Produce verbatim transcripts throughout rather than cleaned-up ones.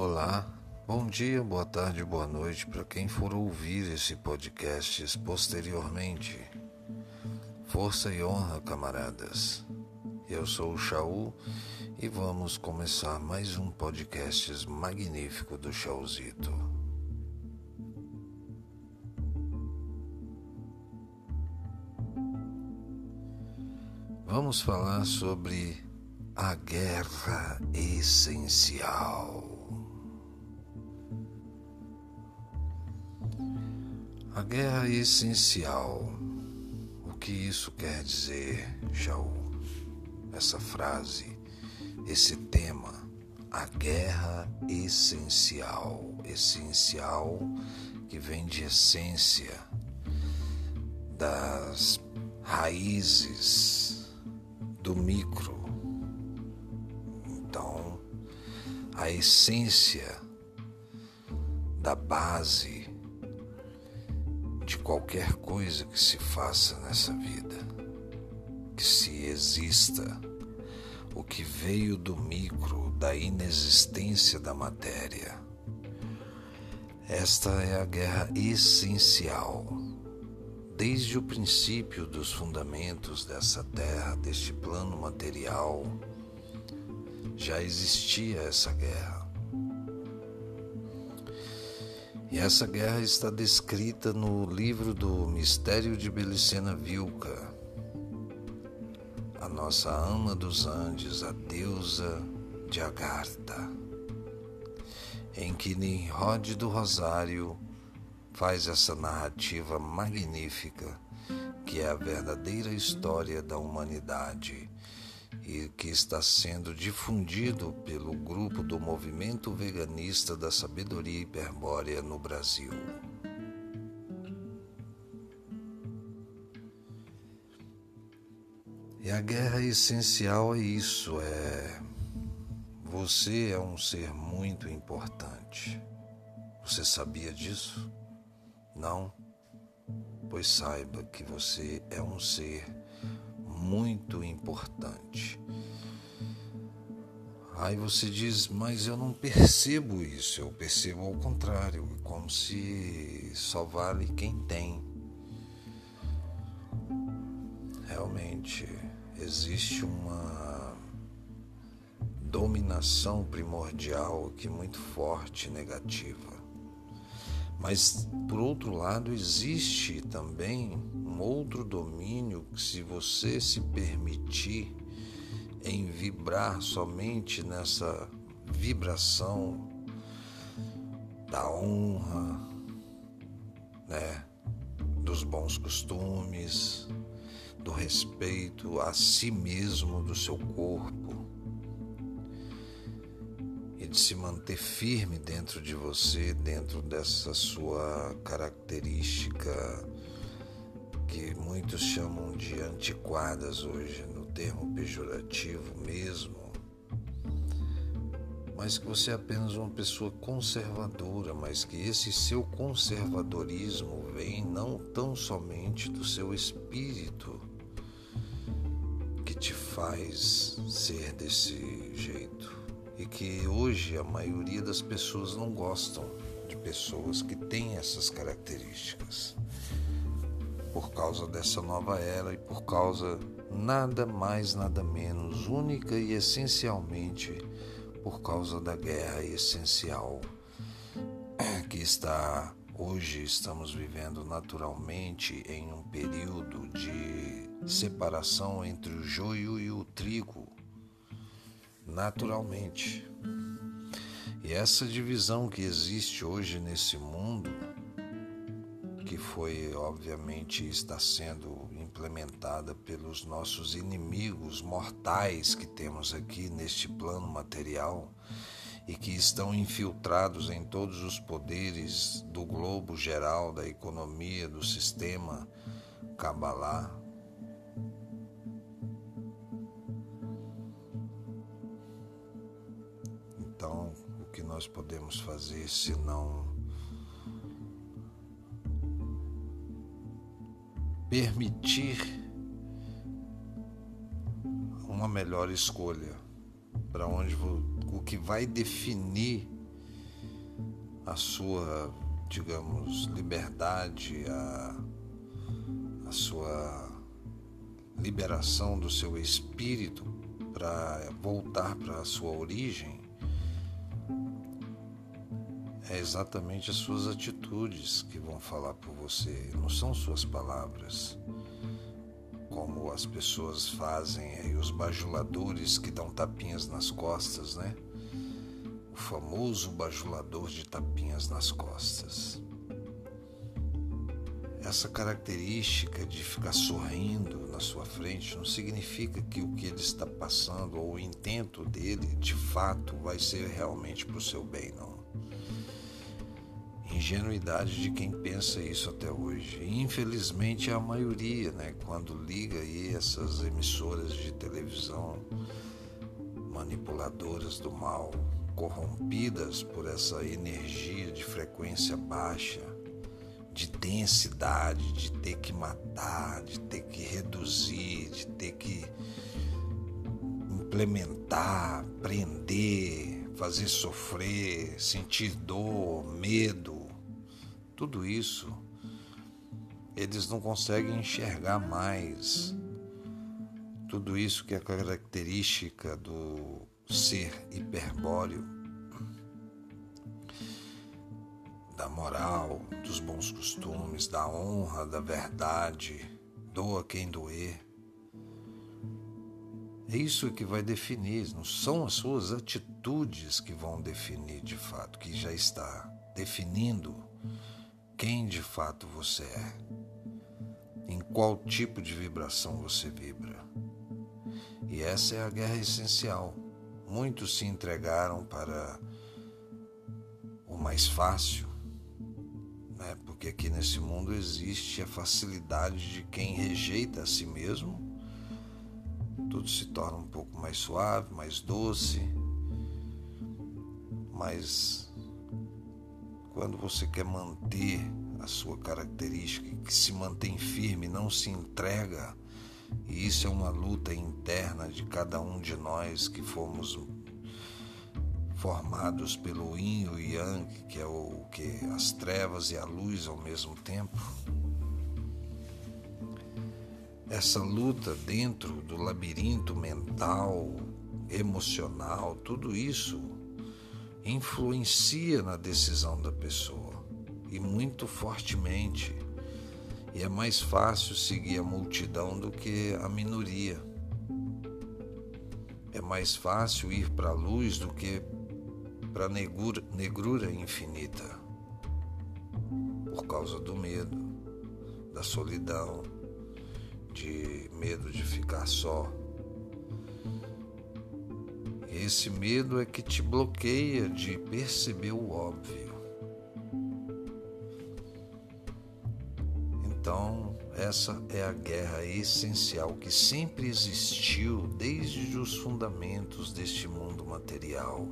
Olá, bom dia, boa tarde, boa noite para quem for ouvir esse podcast posteriormente. Força e honra, camaradas. Eu sou o Shaú e vamos começar mais um podcast magnífico do Shauzito. Vamos falar sobre a guerra essencial. A guerra essencial. O que isso quer dizer, Shaú? Essa frase, esse tema, a guerra essencial. Essencial que vem de essência, das raízes do micro. Então, a essência da base de qualquer coisa que se faça nessa vida, que se exista, o que veio do micro, da inexistência da matéria. Esta é a guerra essencial. Desde o princípio dos fundamentos dessa terra, deste plano material, já existia essa guerra. E essa guerra está descrita no livro do Mistério de Belicena Vilca, a nossa ama dos Andes, a deusa de Agartha, em que Nimrod do Rosário faz essa narrativa magnífica, que é a verdadeira história da humanidade e que está sendo difundido pelo grupo do Movimento Veganista da Sabedoria Hiperbórea no Brasil. E a guerra essencial é isso, é... Você é um ser muito importante. Você sabia disso? Não? Pois saiba que você é um ser muito importante. Aí você diz, mas eu não percebo isso, eu percebo ao contrário, como se só vale quem tem. Realmente existe uma dominação primordial aqui muito forte, negativa. Mas, por outro lado, existe também um outro domínio que, se você se permitir em vibrar somente nessa vibração da honra, né, dos bons costumes, do respeito a si mesmo, do seu corpo, e de se manter firme dentro de você, dentro dessa sua característica que muitos chamam de antiquadas hoje, no termo pejorativo mesmo, mas que você é apenas uma pessoa conservadora, mas que esse seu conservadorismo vem não tão somente do seu espírito, que te faz ser desse jeito. E que hoje a maioria das pessoas não gostam de pessoas que têm essas características, por causa dessa nova era e por causa nada mais, nada menos, única e essencialmente por causa da guerra essencial que está hoje estamos vivendo naturalmente em um período de separação entre o joio e o trigo. Naturalmente. E essa divisão que existe hoje nesse mundo, que foi, obviamente, está sendo implementada pelos nossos inimigos mortais que temos aqui neste plano material e que estão infiltrados em todos os poderes do globo geral, da economia, do sistema Kabbalah. Então, o que nós podemos fazer se não permitir uma melhor escolha, para onde o que vai definir a sua, digamos, liberdade, a, a sua liberação do seu espírito para voltar para a sua origem, é exatamente as suas atitudes que vão falar por você, não são suas palavras. Como as pessoas fazem aí, os bajuladores que dão tapinhas nas costas, né? O famoso bajulador de tapinhas nas costas. Essa característica de ficar sorrindo na sua frente não significa que o que ele está passando ou o intento dele, de fato, vai ser realmente para o seu bem, não. Ingenuidade de quem pensa isso até hoje. E, infelizmente, é a maioria, né? Quando liga aí essas emissoras de televisão manipuladoras do mal, corrompidas por essa energia de frequência baixa, de densidade, de ter que matar, de ter que reduzir, de ter que implementar, prender, fazer sofrer, sentir dor, medo, tudo isso eles não conseguem enxergar mais. Tudo isso que é característica do ser hiperbóreo, da moral, dos bons costumes, da honra, da verdade, doa quem doer. É isso que vai definir, não são as suas atitudes que vão definir de fato, que já está definindo quem de fato você é, em qual tipo de vibração você vibra. E essa é a guerra essencial. Muitos se entregaram para o mais fácil, né? Porque aqui nesse mundo existe a facilidade de quem rejeita a si mesmo. Tudo se torna um pouco mais suave, mais doce, mas quando você quer manter a sua característica, que se mantém firme, não se entrega, e isso é uma luta interna de cada um de nós que fomos formados pelo Yin e o Yang, que é o que as trevas e a luz ao mesmo tempo. Essa luta dentro do labirinto mental, emocional, tudo isso influencia na decisão da pessoa, e muito fortemente. E é mais fácil seguir a multidão do que a minoria. É mais fácil ir para a luz do que para a negrura, negrura infinita, por causa do medo, da solidão, de medo de ficar só. Esse medo é que te bloqueia de perceber o óbvio. Então, essa é a guerra essencial que sempre existiu desde os fundamentos deste mundo material.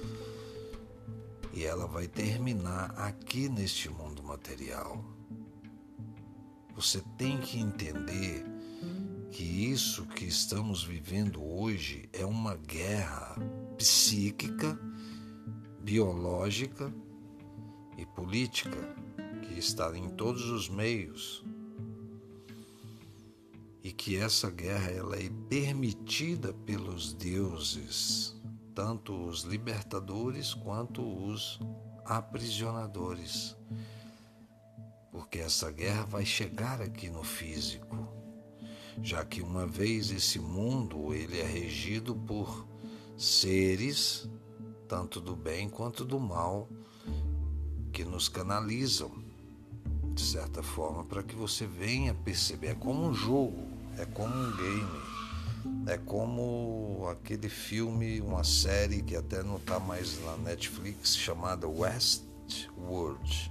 E ela vai terminar aqui neste mundo material. Você tem que entender que isso que estamos vivendo hoje é uma guerra psíquica, biológica e política que está em todos os meios, e que essa guerra ela é permitida pelos deuses, tanto os libertadores quanto os aprisionadores, porque essa guerra vai chegar aqui no físico, já que uma vez esse mundo ele é regido por seres, tanto do bem quanto do mal, que nos canalizam, de certa forma, para que você venha perceber. É como um jogo, é como um game, é como aquele filme, uma série que até não está mais na Netflix, chamada Westworld,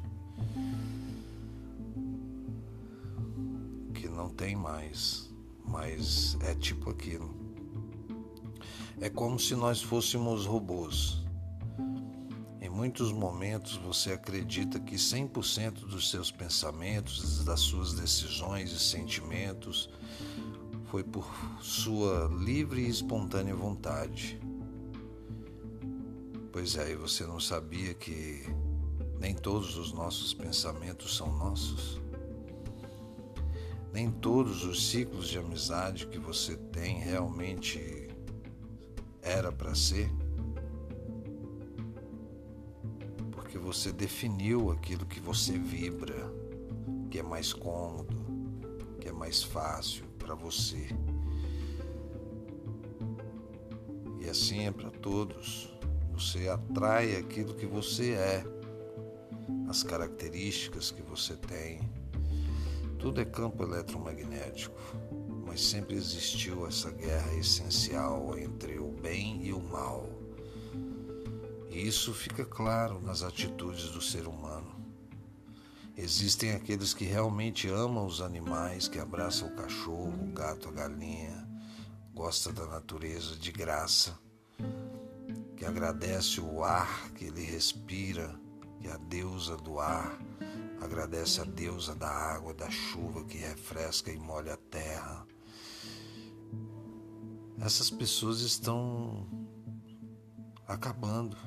que não tem mais. Mas é tipo aquilo. É como se nós fôssemos robôs. Em muitos momentos você acredita que cem por cento dos seus pensamentos, das suas decisões e sentimentos foi por sua livre e espontânea vontade. Pois é, e você não sabia que Nem todos os nossos pensamentos são nossos. Nem todos os ciclos de amizade que você tem realmente era para ser. Porque você definiu aquilo que você vibra, que é mais cômodo, que é mais fácil para você. E assim é para todos. Você atrai aquilo que você é, as características que você tem. Tudo é campo eletromagnético, mas sempre existiu essa guerra essencial entre o bem e o mal. E isso fica claro nas atitudes do ser humano. Existem aqueles que realmente amam os animais, que abraçam o cachorro, o gato, a galinha, gosta da natureza de graça, que agradece o ar que ele respira, que é a deusa do ar, agradece a deusa da água, da chuva que refresca e molha a terra. Essas pessoas estão acabando.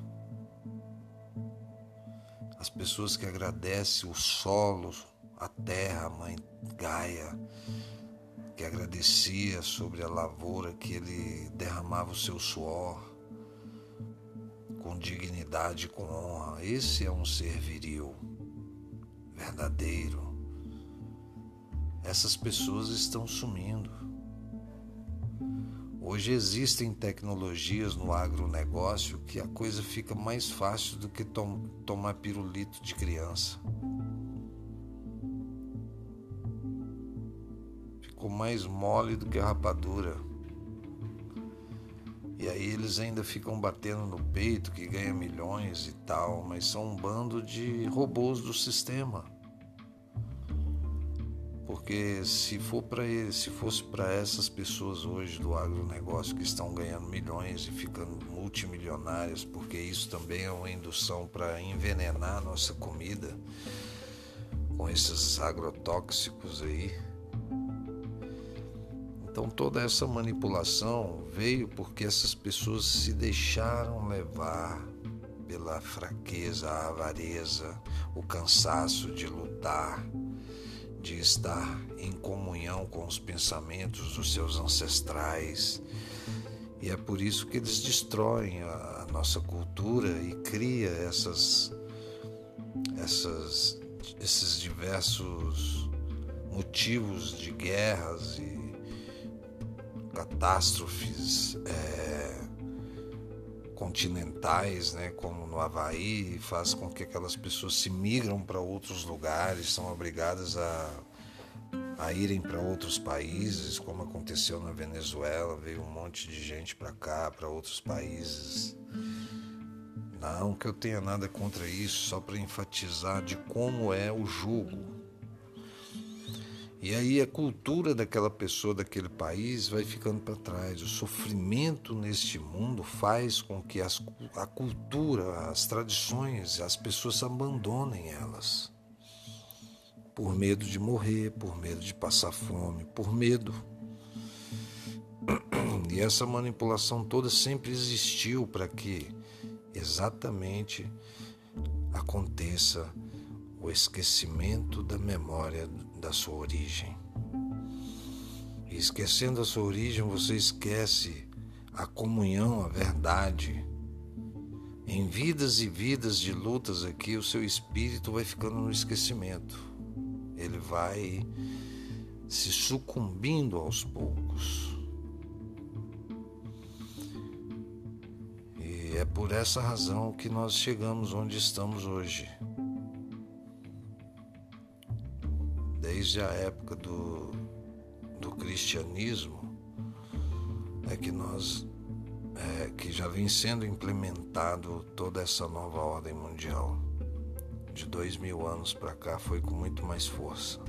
As pessoas que agradecem o solo, a terra, a mãe Gaia, que agradecia sobre a lavoura que ele derramava o seu suor, com dignidade e com honra. Esse é um ser viril, verdadeiro. Essas pessoas estão sumindo. Hoje existem tecnologias no agronegócio que a coisa fica mais fácil do que tom- tomar pirulito de criança. Ficou mais mole do que a rapadura. E aí eles ainda ficam batendo no peito que ganha milhões e tal, mas são um bando de robôs do sistema. Porque se for para eles, se fosse para essas pessoas hoje do agronegócio que estão ganhando milhões e ficando multimilionárias, porque isso também é uma indução para envenenar a nossa comida com esses agrotóxicos aí. Então toda essa manipulação veio porque essas pessoas se deixaram levar pela fraqueza, a avareza, o cansaço de lutar, de estar em comunhão com os pensamentos dos seus ancestrais. E é por isso que eles destroem a nossa cultura e cria essas, essas, esses diversos motivos de guerras e catástrofes é, continentais, né, como no Havaí, faz com que aquelas pessoas se migram para outros lugares, são obrigadas a, a irem para outros países, como aconteceu na Venezuela, veio um monte de gente para cá, para outros países. Não que eu tenha nada contra isso, só para enfatizar de como é o jugo. E aí a cultura daquela pessoa, daquele país, vai ficando para trás. O sofrimento neste mundo faz com que as, a cultura, as tradições, as pessoas abandonem elas. Por medo de morrer, por medo de passar fome, por medo. E essa manipulação toda sempre existiu para que exatamente aconteça o esquecimento da memória da sua origem. E esquecendo a sua origem, você esquece a comunhão, a verdade. Em vidas e vidas de lutas aqui, o seu espírito vai ficando no esquecimento. Ele vai se sucumbindo aos poucos. E é por essa razão que nós chegamos onde estamos hoje. Desde a época do, do cristianismo, é que nós, é, que já vem sendo implementado toda essa nova ordem mundial. De dois mil anos para cá foi com muito mais força.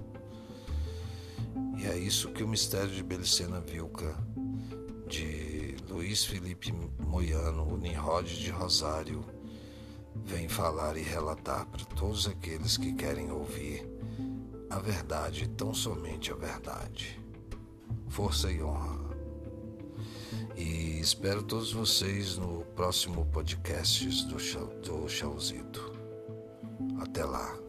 E é isso que o Mistério de Belicena Vilca, de Luiz Felipe Moiano, o Nimrod de Rosário, vem falar e relatar para todos aqueles que querem ouvir a verdade, tão somente a verdade. Força e honra. E espero todos vocês no próximo podcast do, do Chauzito. Até lá.